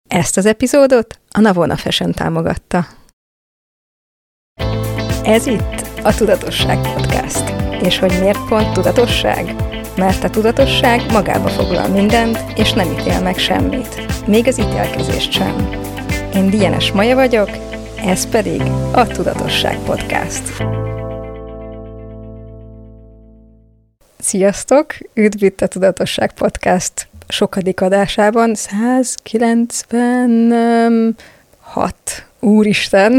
Ezt az epizódot a Navona Fashion támogatta. Ez itt a Tudatosság Podcast. És hogy miért pont tudatosság? Mert a tudatosság magába foglal mindent, és nem ítél meg semmit. Még az ítélkezést sem. Én Dienes Maja vagyok, ez pedig a Tudatosság Podcast. Sziasztok! Üdv itt a Tudatosság Podcast sokadik adásában, 196. Úristen!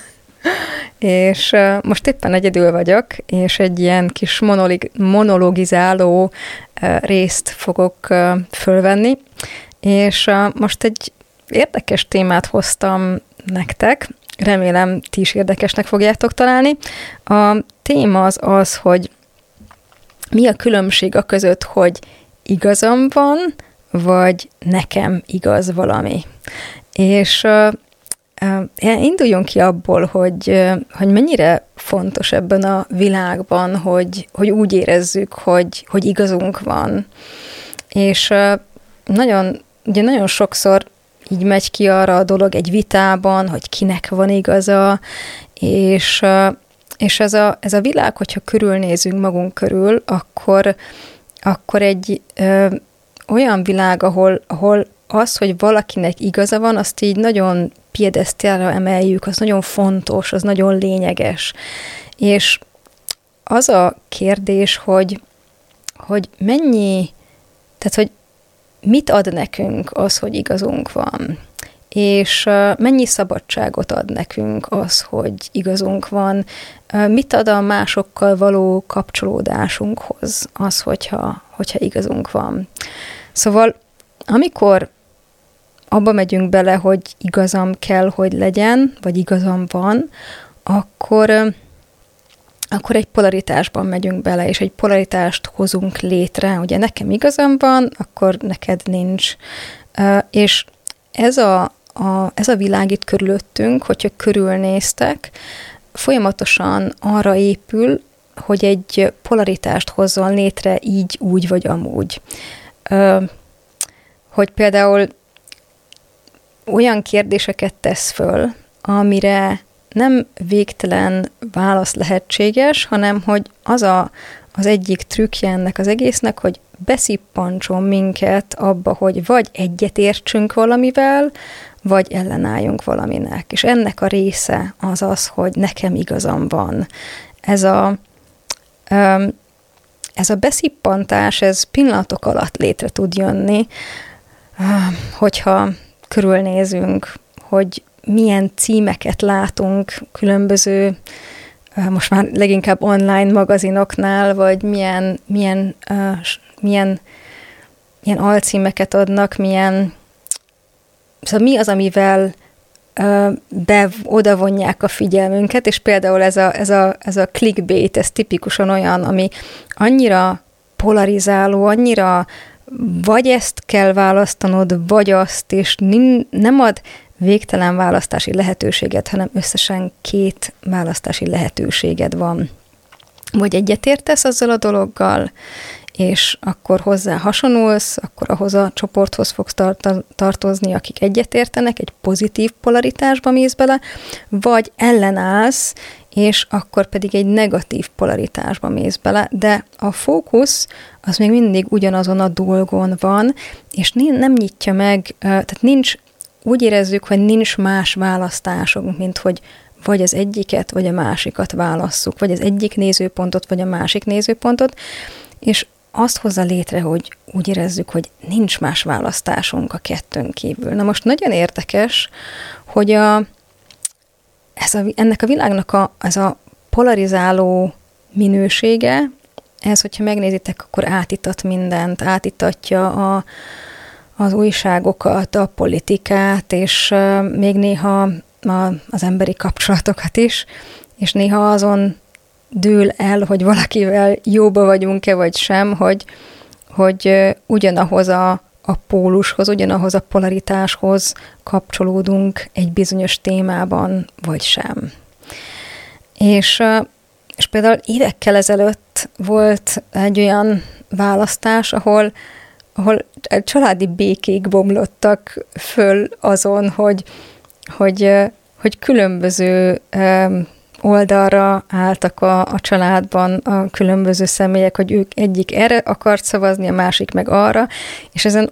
És most éppen egyedül vagyok, és egy ilyen kis monologizáló részt fogok fölvenni, és most egy érdekes témát hoztam nektek, remélem ti is érdekesnek fogjátok találni. A téma az, hogy mi a különbség a között, hogy igazam van, vagy nekem igaz valami. És induljunk ki abból, hogy mennyire fontos ebben a világban, hogy úgy érezzük, hogy igazunk van. És nagyon sokszor így megy ki arra a dolog egy vitában, hogy kinek van igaza, és ez a világ, hogyha körülnézünk magunk körül, akkor egy olyan világ, ahol az, hogy valakinek igaza van, azt így nagyon piedesztálra emeljük, az nagyon fontos, az nagyon lényeges. És az a kérdés, hogy mennyi, tehát hogy mit ad nekünk az, hogy igazunk van, és mennyi szabadságot ad nekünk az, hogy igazunk van, mit ad a másokkal való kapcsolódásunkhoz az, hogyha igazunk van. Szóval, amikor abba megyünk bele, hogy igazam kell, hogy legyen, vagy igazam van, akkor egy polaritásban megyünk bele, és egy polaritást hozunk létre. Ugye nekem igazam van, akkor neked nincs. És ez a világ itt körülöttünk, hogyha körülnéztek, folyamatosan arra épül, hogy egy polaritást hozzon létre így, úgy vagy amúgy. Hogy például olyan kérdéseket tesz föl, amire nem végtelen válasz lehetséges, hanem hogy az egyik trükkje ennek az egésznek, hogy beszippancson minket abba, hogy vagy egyetértsünk valamivel, vagy ellenálljunk valaminek. És ennek a része az, hogy nekem igazam van. Ez a beszippantás, ez pillanatok alatt létre tud jönni, hogyha körülnézünk, hogy milyen címeket látunk különböző, most már leginkább online magazinoknál, vagy milyen alcímeket adnak, szóval mi az, amivel odavonják a figyelmünket, és például ez a clickbait, ez tipikusan olyan, ami annyira polarizáló, annyira vagy ezt kell választanod, vagy azt, és nem ad végtelen választási lehetőséget, hanem összesen 2 választási lehetőséged van. Vagy egyetértesz azzal a dologgal, és akkor hozzá hasonulsz, akkor ahhoz a csoporthoz fogsz tartozni, akik egyetértenek, egy pozitív polaritásba mész bele, vagy ellenállsz, és akkor pedig egy negatív polaritásba mész bele, de a fókusz az még mindig ugyanazon a dolgon van, és nem nyitja meg, tehát úgy érezzük, hogy nincs más választásunk, mint hogy vagy az egyiket, vagy a másikat válasszuk, vagy az egyik nézőpontot, vagy a másik nézőpontot, és azt hozza létre, hogy úgy érezzük, hogy nincs más választásunk a kettőn kívül. Na most nagyon érdekes, hogy ennek a világnak ez a polarizáló minősége, ez, hogyha megnézitek, akkor átítat mindent, átítatja az újságokat, a politikát, és még néha az emberi kapcsolatokat is, és néha azon dől el, hogy valakivel jóba vagyunk-e, vagy sem, hogy ugyanahoz a pólushoz, ugyanahoz a polaritáshoz kapcsolódunk egy bizonyos témában, vagy sem. És például évekkel ezelőtt volt egy olyan választás, ahol ahol családi békék bomlottak föl azon, hogy különböző oldalra álltak a családban a különböző személyek, hogy ők egyik erre akart szavazni, a másik meg arra, és ezen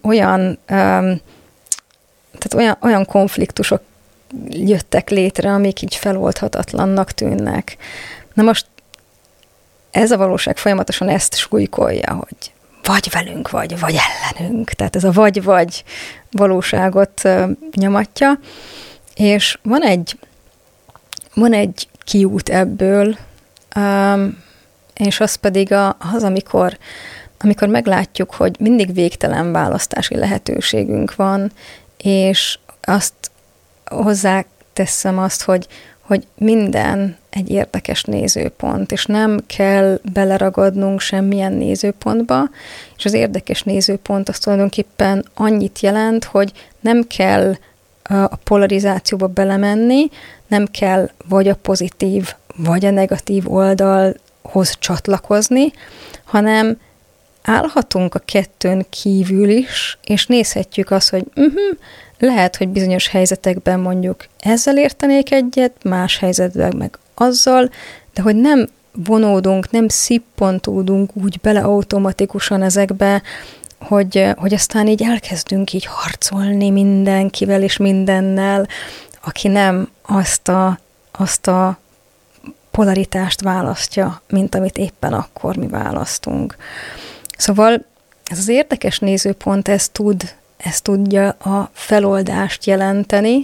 olyan konfliktusok jöttek létre, amik így feloldhatatlannak tűnnek. Na most ez a valóság folyamatosan ezt súlykolja, hogy vagy velünk, vagy ellenünk. Tehát ez a vagy valóságot nyomatja, és van egy kiút ebből, és az pedig az, amikor meglátjuk, hogy mindig végtelen választási lehetőségünk van, és azt hozzáteszem azt, hogy minden egy érdekes nézőpont, és nem kell beleragadnunk semmilyen nézőpontba, és az érdekes nézőpont az tulajdonképpen annyit jelent, hogy nem kell a polarizációba belemenni, nem kell vagy a pozitív, vagy a negatív oldalhoz csatlakozni, hanem állhatunk a kettőn kívül is, és nézhetjük azt, hogy lehet, hogy bizonyos helyzetekben mondjuk ezzel értenék egyet, más helyzetben meg azzal, de hogy nem vonódunk, nem szippantódunk úgy bele automatikusan ezekbe, hogy aztán így elkezdünk így harcolni mindenkivel és mindennel, aki nem azt a polaritást választja, mint amit éppen akkor mi választunk. Szóval ez az érdekes nézőpont, ez tudja a feloldást jelenteni,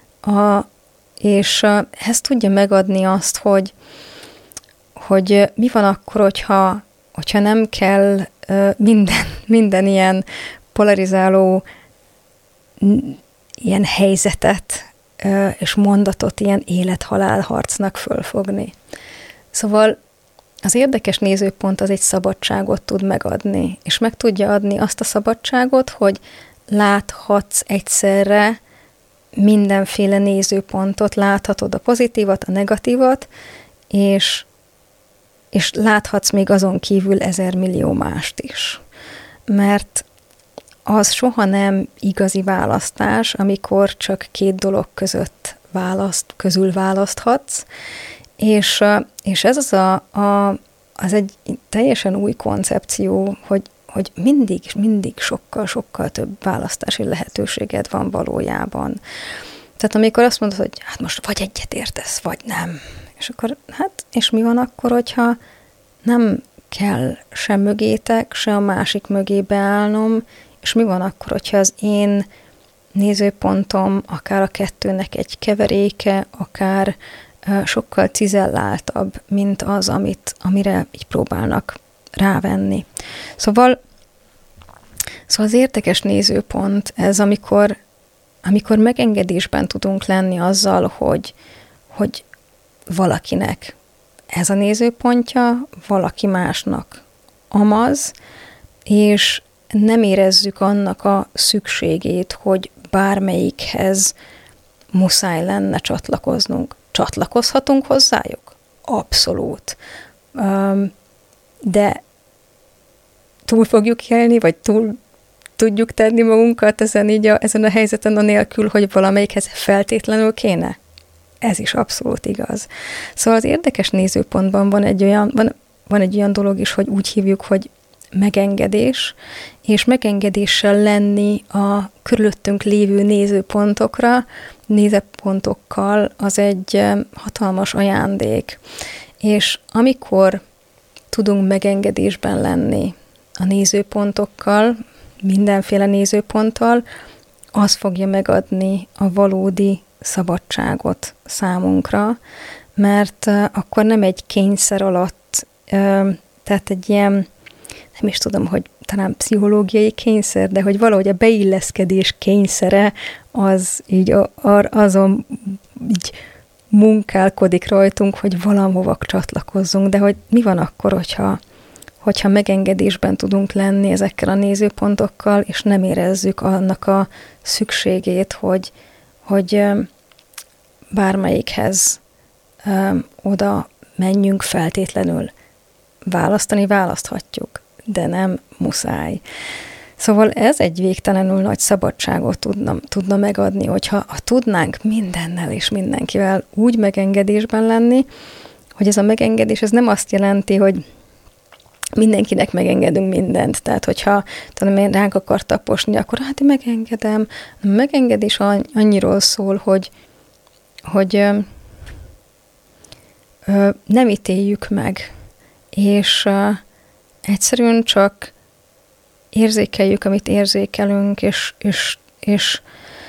és ez tudja megadni azt, hogy mi van akkor, hogyha nem kell minden ilyen polarizáló ilyen helyzetet és mondatot ilyen élet-halál harcnak fölfogni. Szóval az érdekes nézőpont az egy szabadságot tud megadni, és meg tudja adni azt a szabadságot, hogy láthatsz egyszerre mindenféle nézőpontot, láthatod a pozitívat, a negatívat, és láthatsz még azon kívül 1000 millió mást is. Mert az soha nem igazi választás, amikor csak két dolog közül választhatsz, és ez az egy teljesen új koncepció, hogy mindig sokkal több választási lehetőséged van valójában. Tehát amikor azt mondod, hogy hát most vagy egyet értesz, vagy nem. És akkor, és mi van akkor, hogyha nem kell se mögétek, se a másik mögé beállnom, és mi van akkor, hogyha az én nézőpontom akár a kettőnek egy keveréke, akár sokkal cizelláltabb, mint az, amire így próbálnak rávenni. Szóval az érdekes nézőpont ez, amikor megengedésben tudunk lenni azzal, hogy valakinek ez a nézőpontja, valaki másnak amaz, és nem érezzük annak a szükségét, hogy bármelyikhez muszáj lenne csatlakoznunk. Csatlakozhatunk hozzájuk? Abszolút. De túl fogjuk élni, vagy túl tudjuk tenni magunkat ezen a helyzeten anélkül, hogy valamelyikhez feltétlenül kéne? Ez is abszolút igaz. Szóval az érdekes nézőpontban van egy olyan dolog is, hogy úgy hívjuk, hogy megengedés, és megengedéssel lenni a körülöttünk lévő nézőpontokkal az egy hatalmas ajándék. És amikor tudunk megengedésben lenni a nézőpontokkal, mindenféle nézőponttal, az fogja megadni a valódi szabadságot számunkra, mert akkor nem egy kényszer alatt, tehát egy ilyen, nem is tudom, hogy talán pszichológiai kényszer, de hogy valahogy a beilleszkedés kényszere az így azon így munkálkodik rajtunk, hogy valahova csatlakozzunk, de hogy mi van akkor, hogyha megengedésben tudunk lenni ezekkel a nézőpontokkal, és nem érezzük annak a szükségét, hogy bármelyikhez oda menjünk feltétlenül. Választani választhatjuk, de nem muszáj. Szóval ez egy végtelenül nagy szabadságot tudna megadni, hogyha tudnánk mindennel és mindenkivel úgy megengedésben lenni, hogy ez a megengedés, ez nem azt jelenti, hogy mindenkinek megengedünk mindent. Tehát, hogyha én ránk akar taposni, akkor hát én megengedem. A megengedés annyiról szól, hogy nem ítéljük meg, és egyszerűen csak érzékeljük, amit érzékelünk, és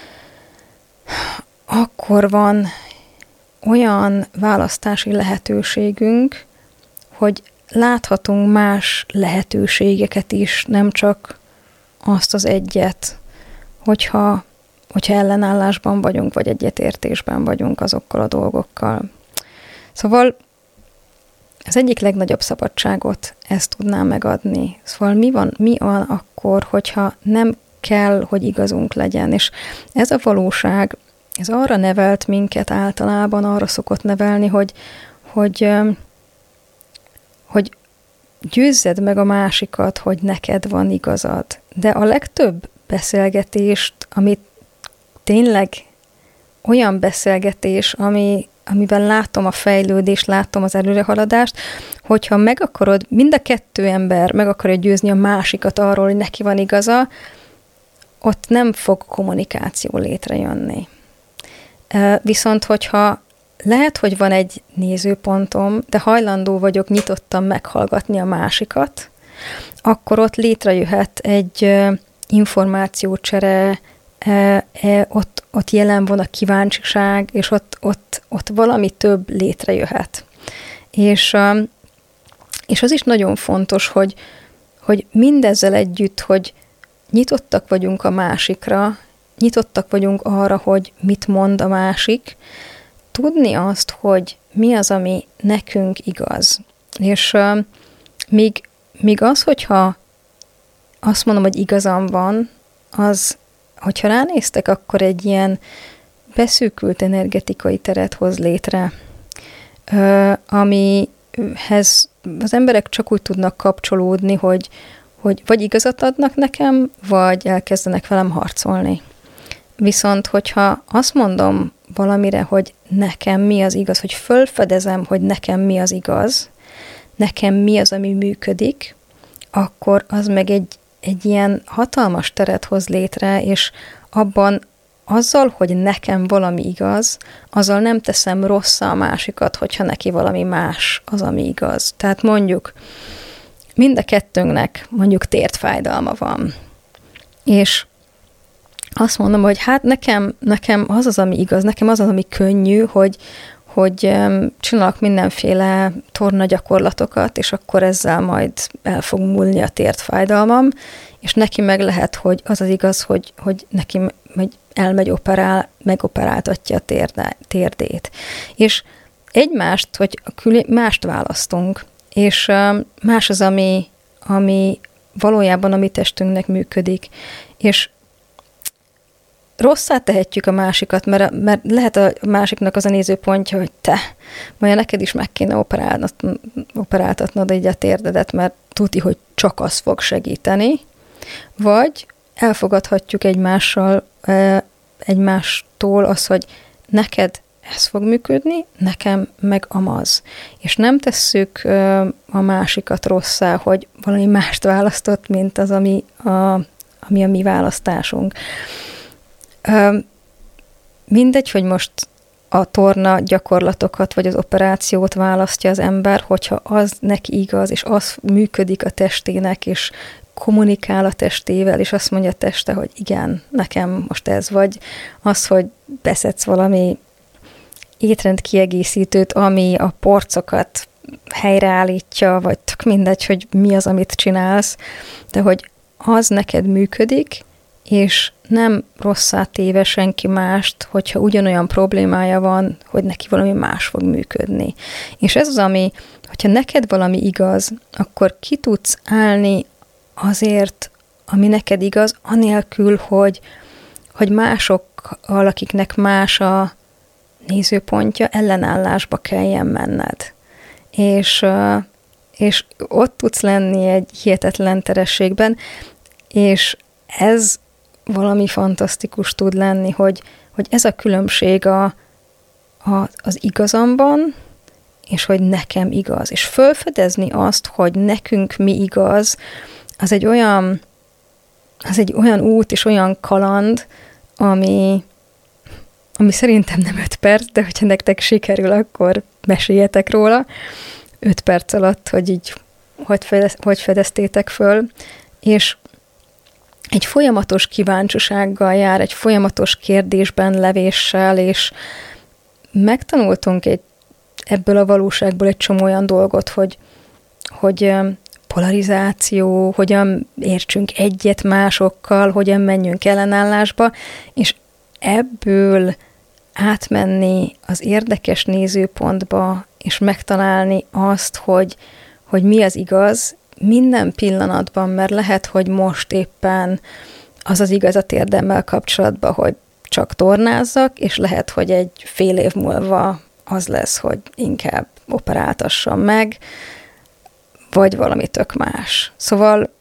akkor van olyan választási lehetőségünk, hogy láthatunk más lehetőségeket is, nem csak azt az egyet, hogyha ellenállásban vagyunk, vagy egyetértésben vagyunk azokkal a dolgokkal. Szóval az egyik legnagyobb szabadságot ezt tudnám megadni. Szóval mi van akkor, hogyha nem kell, hogy igazunk legyen. És ez a valóság, ez arra nevelt minket általában, arra szokott nevelni, hogy győzzed meg a másikat, hogy neked van igazad. De a legtöbb beszélgetést, amit tényleg olyan beszélgetés, amiben látom a fejlődést, látom az előrehaladást, hogyha mind a kettő ember meg akarja győzni a másikat arról, hogy neki van igaza, ott nem fog kommunikáció létrejönni. Viszont, hogyha lehet, hogy van egy nézőpontom, de hajlandó vagyok nyitottan meghallgatni a másikat, akkor ott létrejöhet egy információcsere, ott jelen van a kíváncsiság, és ott valami több létrejöhet. És az is nagyon fontos, hogy mindezzel együtt, hogy nyitottak vagyunk a másikra, nyitottak vagyunk arra, hogy mit mond a másik, tudni azt, hogy mi az, ami nekünk igaz. És míg az, hogyha azt mondom, hogy igazam van, az, hogyha ránéztek, akkor egy ilyen beszűkült energetikai teret hoz létre, amihez az emberek csak úgy tudnak kapcsolódni, hogy vagy igazat adnak nekem, vagy elkezdenek velem harcolni. Viszont, hogyha azt mondom valamire, hogy nekem mi az igaz, hogy fölfedezem, hogy nekem mi az igaz, nekem mi az, ami működik, akkor az meg egy ilyen hatalmas teret hoz létre, és abban azzal, hogy nekem valami igaz, azzal nem teszem rosszá a másikat, hogyha neki valami más az, ami igaz. Tehát mondjuk mind a kettőnknek mondjuk térdfájdalma van. És azt mondom, hogy hát nekem az az, ami igaz, nekem az az, ami könnyű, hogy csinálok mindenféle torna gyakorlatokat, és akkor ezzel majd el fog múlni a térdfájdalmam, és neki meg lehet, hogy az az igaz, hogy neki elmegy megoperáltatja a térdét. És egymást, hogy mást választunk, és más az, ami valójában a mi testünknek működik, és rosszá tehetjük a másikat, mert lehet a másiknak az a nézőpontja, hogy te, majd neked is meg kéne operáltatnod így a térdedet, mert tudni, hogy csak az fog segíteni, vagy elfogadhatjuk egymástól az, hogy neked ez fog működni, nekem meg amaz. És nem tesszük a másikat rosszá, hogy valami mást választott, mint az, ami a mi választásunk. Mindegy, hogy most a torna gyakorlatokat, vagy az operációt választja az ember, hogyha az neki igaz, és az működik a testének, és kommunikál a testével, és azt mondja a teste, hogy igen, nekem most ez, vagy az, hogy beszedsz valami étrendkiegészítőt, ami a porcokat helyreállítja, vagy tök mindegy, hogy mi az, amit csinálsz, de hogy az neked működik, és nem rosszá téve senki mást, hogyha ugyanolyan problémája van, hogy neki valami más fog működni. És ez az, ami, hogyha neked valami igaz, akkor ki tudsz állni azért, ami neked igaz, anélkül, hogy másokkal, akiknek más a nézőpontja, ellenállásba kelljen menned. És ott tudsz lenni egy hihetetlen terességben, és ez valami fantasztikus tud lenni, hogy ez a különbség az igazamban, és hogy nekem igaz. És felfedezni azt, hogy nekünk mi igaz, az egy olyan út és olyan kaland, ami szerintem nem 5 perc, de hogyha nektek sikerül, akkor meséljetek róla 5 perc alatt, hogy így hogy fedeztétek föl, és egy folyamatos kíváncsisággal jár, egy folyamatos kérdésben levéssel, és megtanultunk ebből a valóságból egy csomó olyan dolgot, hogy polarizáció, hogyan értsünk egyet másokkal, hogyan menjünk ellenállásba, és ebből átmenni az érdekes nézőpontba, és megtalálni azt, hogy mi az igaz minden pillanatban, mert lehet, hogy most éppen az igaz a térdemmel kapcsolatban, hogy csak tornázzak, és lehet, hogy egy fél év múlva az lesz, hogy inkább operáltassam meg, vagy valami tök más. Szóval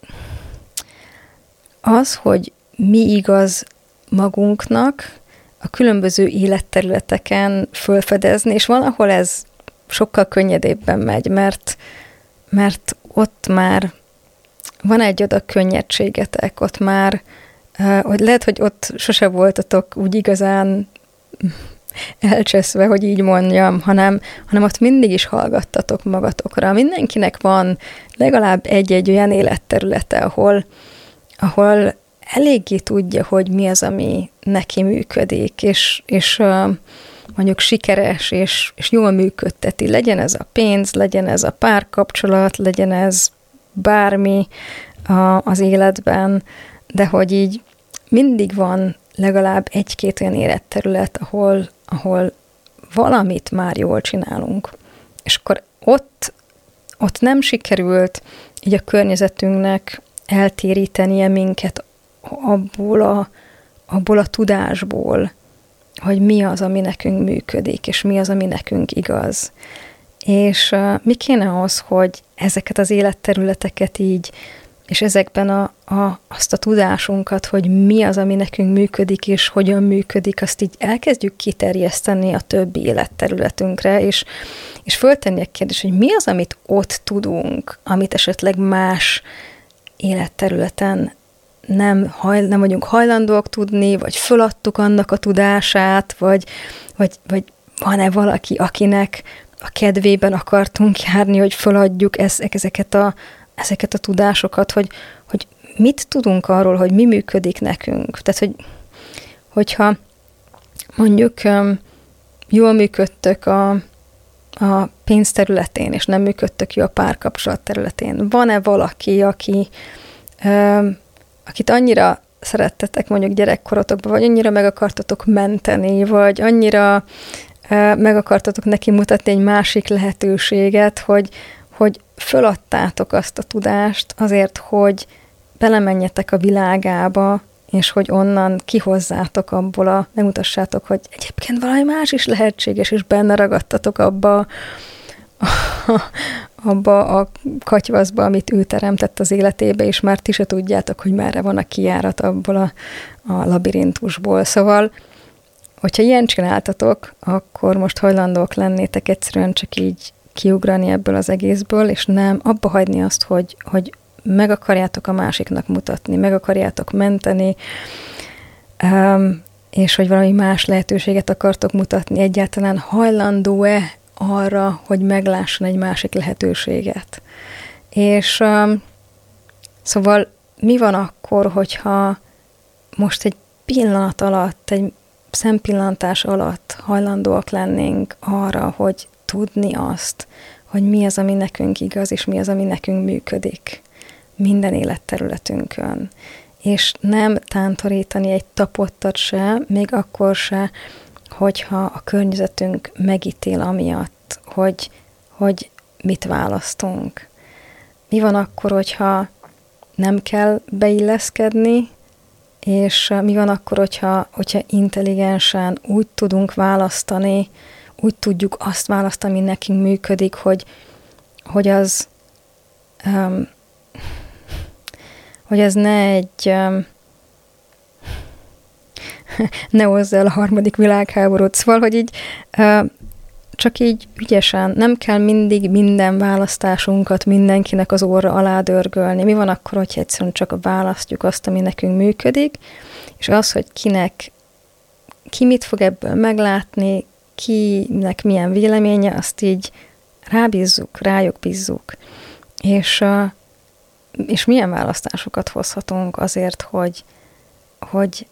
az, hogy mi igaz magunknak, a különböző életterületeken fölfedezni, és van, ahol ez sokkal könnyedébben megy, mert ott már van egy oda könnyedségetek, ott már, hogy lehet, hogy ott sose voltatok úgy igazán elcseszve, hogy így mondjam, hanem ott mindig is hallgattatok magatokra. Mindenkinek van legalább egy-egy olyan életterülete, ahol eléggé tudja, hogy mi az, ami neki működik, és mondjuk sikeres, és jól működteti. Legyen ez a pénz, legyen ez a párkapcsolat, legyen ez bármi az életben, de hogy így mindig van legalább egy-két olyan életterület, ahol valamit már jól csinálunk. És akkor ott nem sikerült így a környezetünknek eltérítenie minket abból a tudásból, hogy mi az, ami nekünk működik, és mi az, ami nekünk igaz. És mi kéne az, hogy ezeket az életterületeket így, és ezekben azt a tudásunkat, hogy mi az, ami nekünk működik, és hogyan működik, azt így elkezdjük kiterjeszteni a többi életterületünkre, és föltenni a kérdést, hogy mi az, amit ott tudunk, amit esetleg más életterületen nem vagyunk hajlandóak tudni, vagy föladtuk annak a tudását, vagy van-e valaki, akinek a kedvében akartunk járni, hogy föladjuk ezeket a tudásokat, hogy mit tudunk arról, hogy mi működik nekünk. Tehát, hogyha mondjuk jól működtök a pénz területén, és nem működtök jó a párkapcsolat területén, van-e valaki, akit annyira szerettetek mondjuk gyerekkorotokban, vagy annyira meg akartatok menteni, vagy annyira meg akartatok neki mutatni egy másik lehetőséget, hogy föladtátok azt a tudást azért, hogy belemenjetek a világába, és hogy onnan kihozzátok abból megmutassátok, hogy egyébként valami más is lehetséges, és benne ragadtatok abba a katyvaszba, amit ő teremtett az életébe, és már ti se tudjátok, hogy merre van a kijárat abból a labirintusból. Szóval, hogyha ilyen csináltatok, akkor most hajlandók lennétek egyszerűen csak így kiugrani ebből az egészből, és nem abba hagyni azt, hogy meg akarjátok a másiknak mutatni, meg akarjátok menteni, és hogy valami más lehetőséget akartok mutatni, egyáltalán hajlandó-e arra, hogy meglásson egy másik lehetőséget. És szóval mi van akkor, hogyha most egy pillanat alatt, egy szempillantás alatt hajlandóak lennénk arra, hogy tudni azt, hogy mi az, ami nekünk igaz, és mi az, ami nekünk működik minden életterületünkön. És nem tántorítani egy tapottat se, még akkor se, hogyha a környezetünk megítél amiatt, hogy mit választunk. Mi van akkor, hogyha nem kell beilleszkedni, és mi van akkor, hogyha intelligensen úgy tudunk választani, úgy tudjuk azt választani, ami nekünk működik, hogy az ne egy ne hozz el a 3. világháborút. Szóval, hogy így csak így ügyesen, nem kell mindig minden választásunkat mindenkinek az orra alá dörgölni. Mi van akkor, hogyha egyszerűen csak választjuk azt, ami nekünk működik, és az, hogy ki mit fog ebből meglátni, kinek milyen véleménye, azt így rájuk bízzuk. És milyen választásokat hozhatunk azért, hogy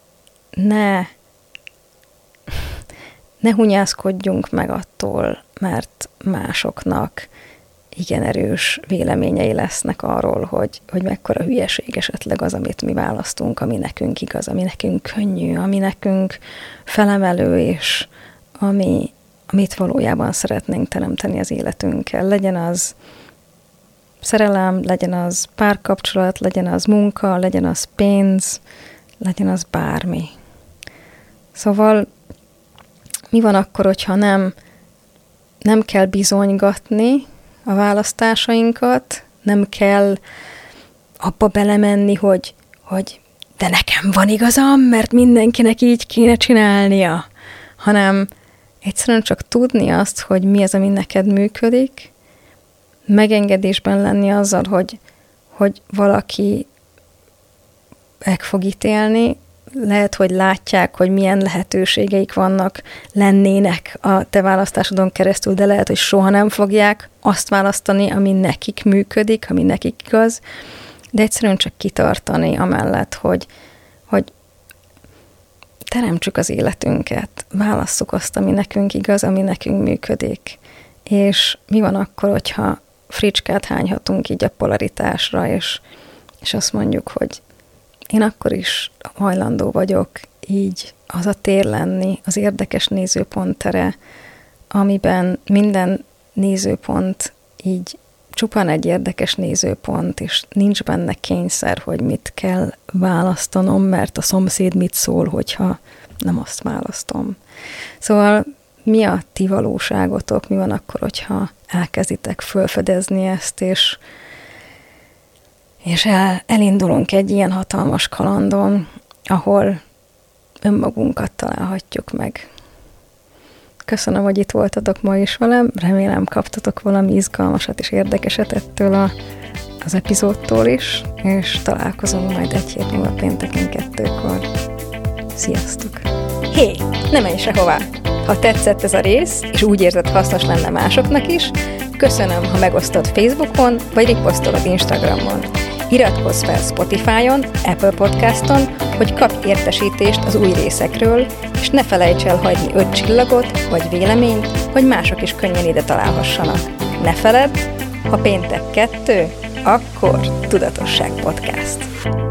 ne hunyászkodjunk meg attól, mert másoknak igen erős véleményei lesznek arról, hogy mekkora hülyeség esetleg az, amit mi választunk, ami nekünk igaz, ami nekünk könnyű, ami nekünk felemelő, és amit valójában szeretnénk teremteni az életünkkel. Legyen az szerelem, legyen az párkapcsolat, legyen az munka, legyen az pénz, legyen az bármi. Szóval mi van akkor, hogyha nem kell bizonygatni a választásainkat, nem kell abba belemenni, hogy de nekem van igazam, mert mindenkinek így kéne csinálnia, hanem egyszerűen csak tudni azt, hogy mi az, ami neked működik, megengedésben lenni azzal, hogy valaki meg fog ítélni, lehet, hogy látják, hogy milyen lehetőségeik lennének a te választásodon keresztül, de lehet, hogy soha nem fogják azt választani, ami nekik működik, ami nekik igaz, de egyszerűen csak kitartani amellett, hogy teremtsük az életünket, válasszuk azt, ami nekünk igaz, ami nekünk működik. És mi van akkor, hogyha fricskát hányhatunk így a polaritásra, és azt mondjuk, hogy én akkor is hajlandó vagyok így az a tér lenni, az érdekes nézőpont tere, amiben minden nézőpont így csupán egy érdekes nézőpont, és nincs benne kényszer, hogy mit kell választanom, mert a szomszéd mit szól, hogyha nem azt választom. Szóval mi a ti valóságotok, mi van akkor, hogyha elkezditek felfedezni ezt, és elindulunk egy ilyen hatalmas kalandon, ahol önmagunkat találhatjuk meg. Köszönöm, hogy itt voltatok ma is velem, remélem kaptatok valami izgalmasat és érdekeset ettől az epizódtól is, és találkozunk majd egy hét múlva pénteken 2-kor. Sziasztok! Hé, ne menj sehová! Ha tetszett ez a rész, és úgy érzed hasznos lenne másoknak is, köszönöm, ha megosztod Facebookon, vagy riposztolod Instagramon. Iratkozz fel Spotify-on, Apple Podcaston, hogy kapj értesítést az új részekről, és ne felejts el hagyni 5 csillagot, vagy véleményt, hogy mások is könnyen ide találhassanak. Ne feledd, ha péntek 2, akkor Tudatosság Podcast.